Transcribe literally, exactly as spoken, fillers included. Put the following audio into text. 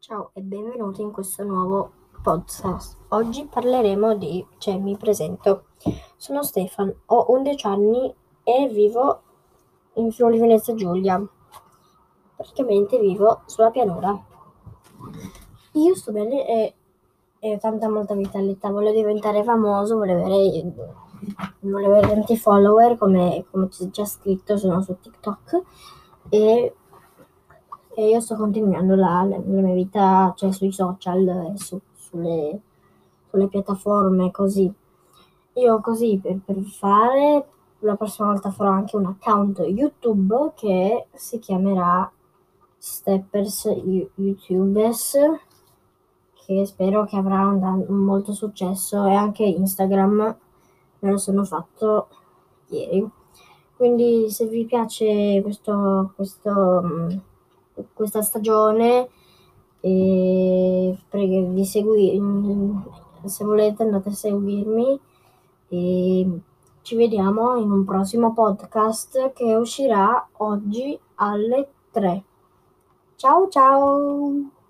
Ciao e benvenuti in questo nuovo podcast. Oggi parleremo di, cioè mi presento. Sono Stefan, ho undici anni e vivo in Friuli Venezia Giulia. Praticamente vivo sulla pianura. Io sto bene e, e ho tanta molta vitalità, voglio diventare famoso, voglio avere, voglio avere tanti follower come, come c'è già scritto, sono su TikTok e e io sto continuando la, la mia vita, cioè sui social, e su- sulle, sulle piattaforme, così. Io così per, per fare, la prossima volta farò anche un account YouTube che si chiamerà Steppers You- YouTubers, che spero che avrà un, un molto successo, e anche Instagram me lo sono fatto ieri. Quindi se vi piace questo, questo, mh, questa stagione, e prego di seguirmi, se volete andate a seguirmi e ci vediamo in un prossimo podcast che uscirà oggi alle tre. Ciao ciao!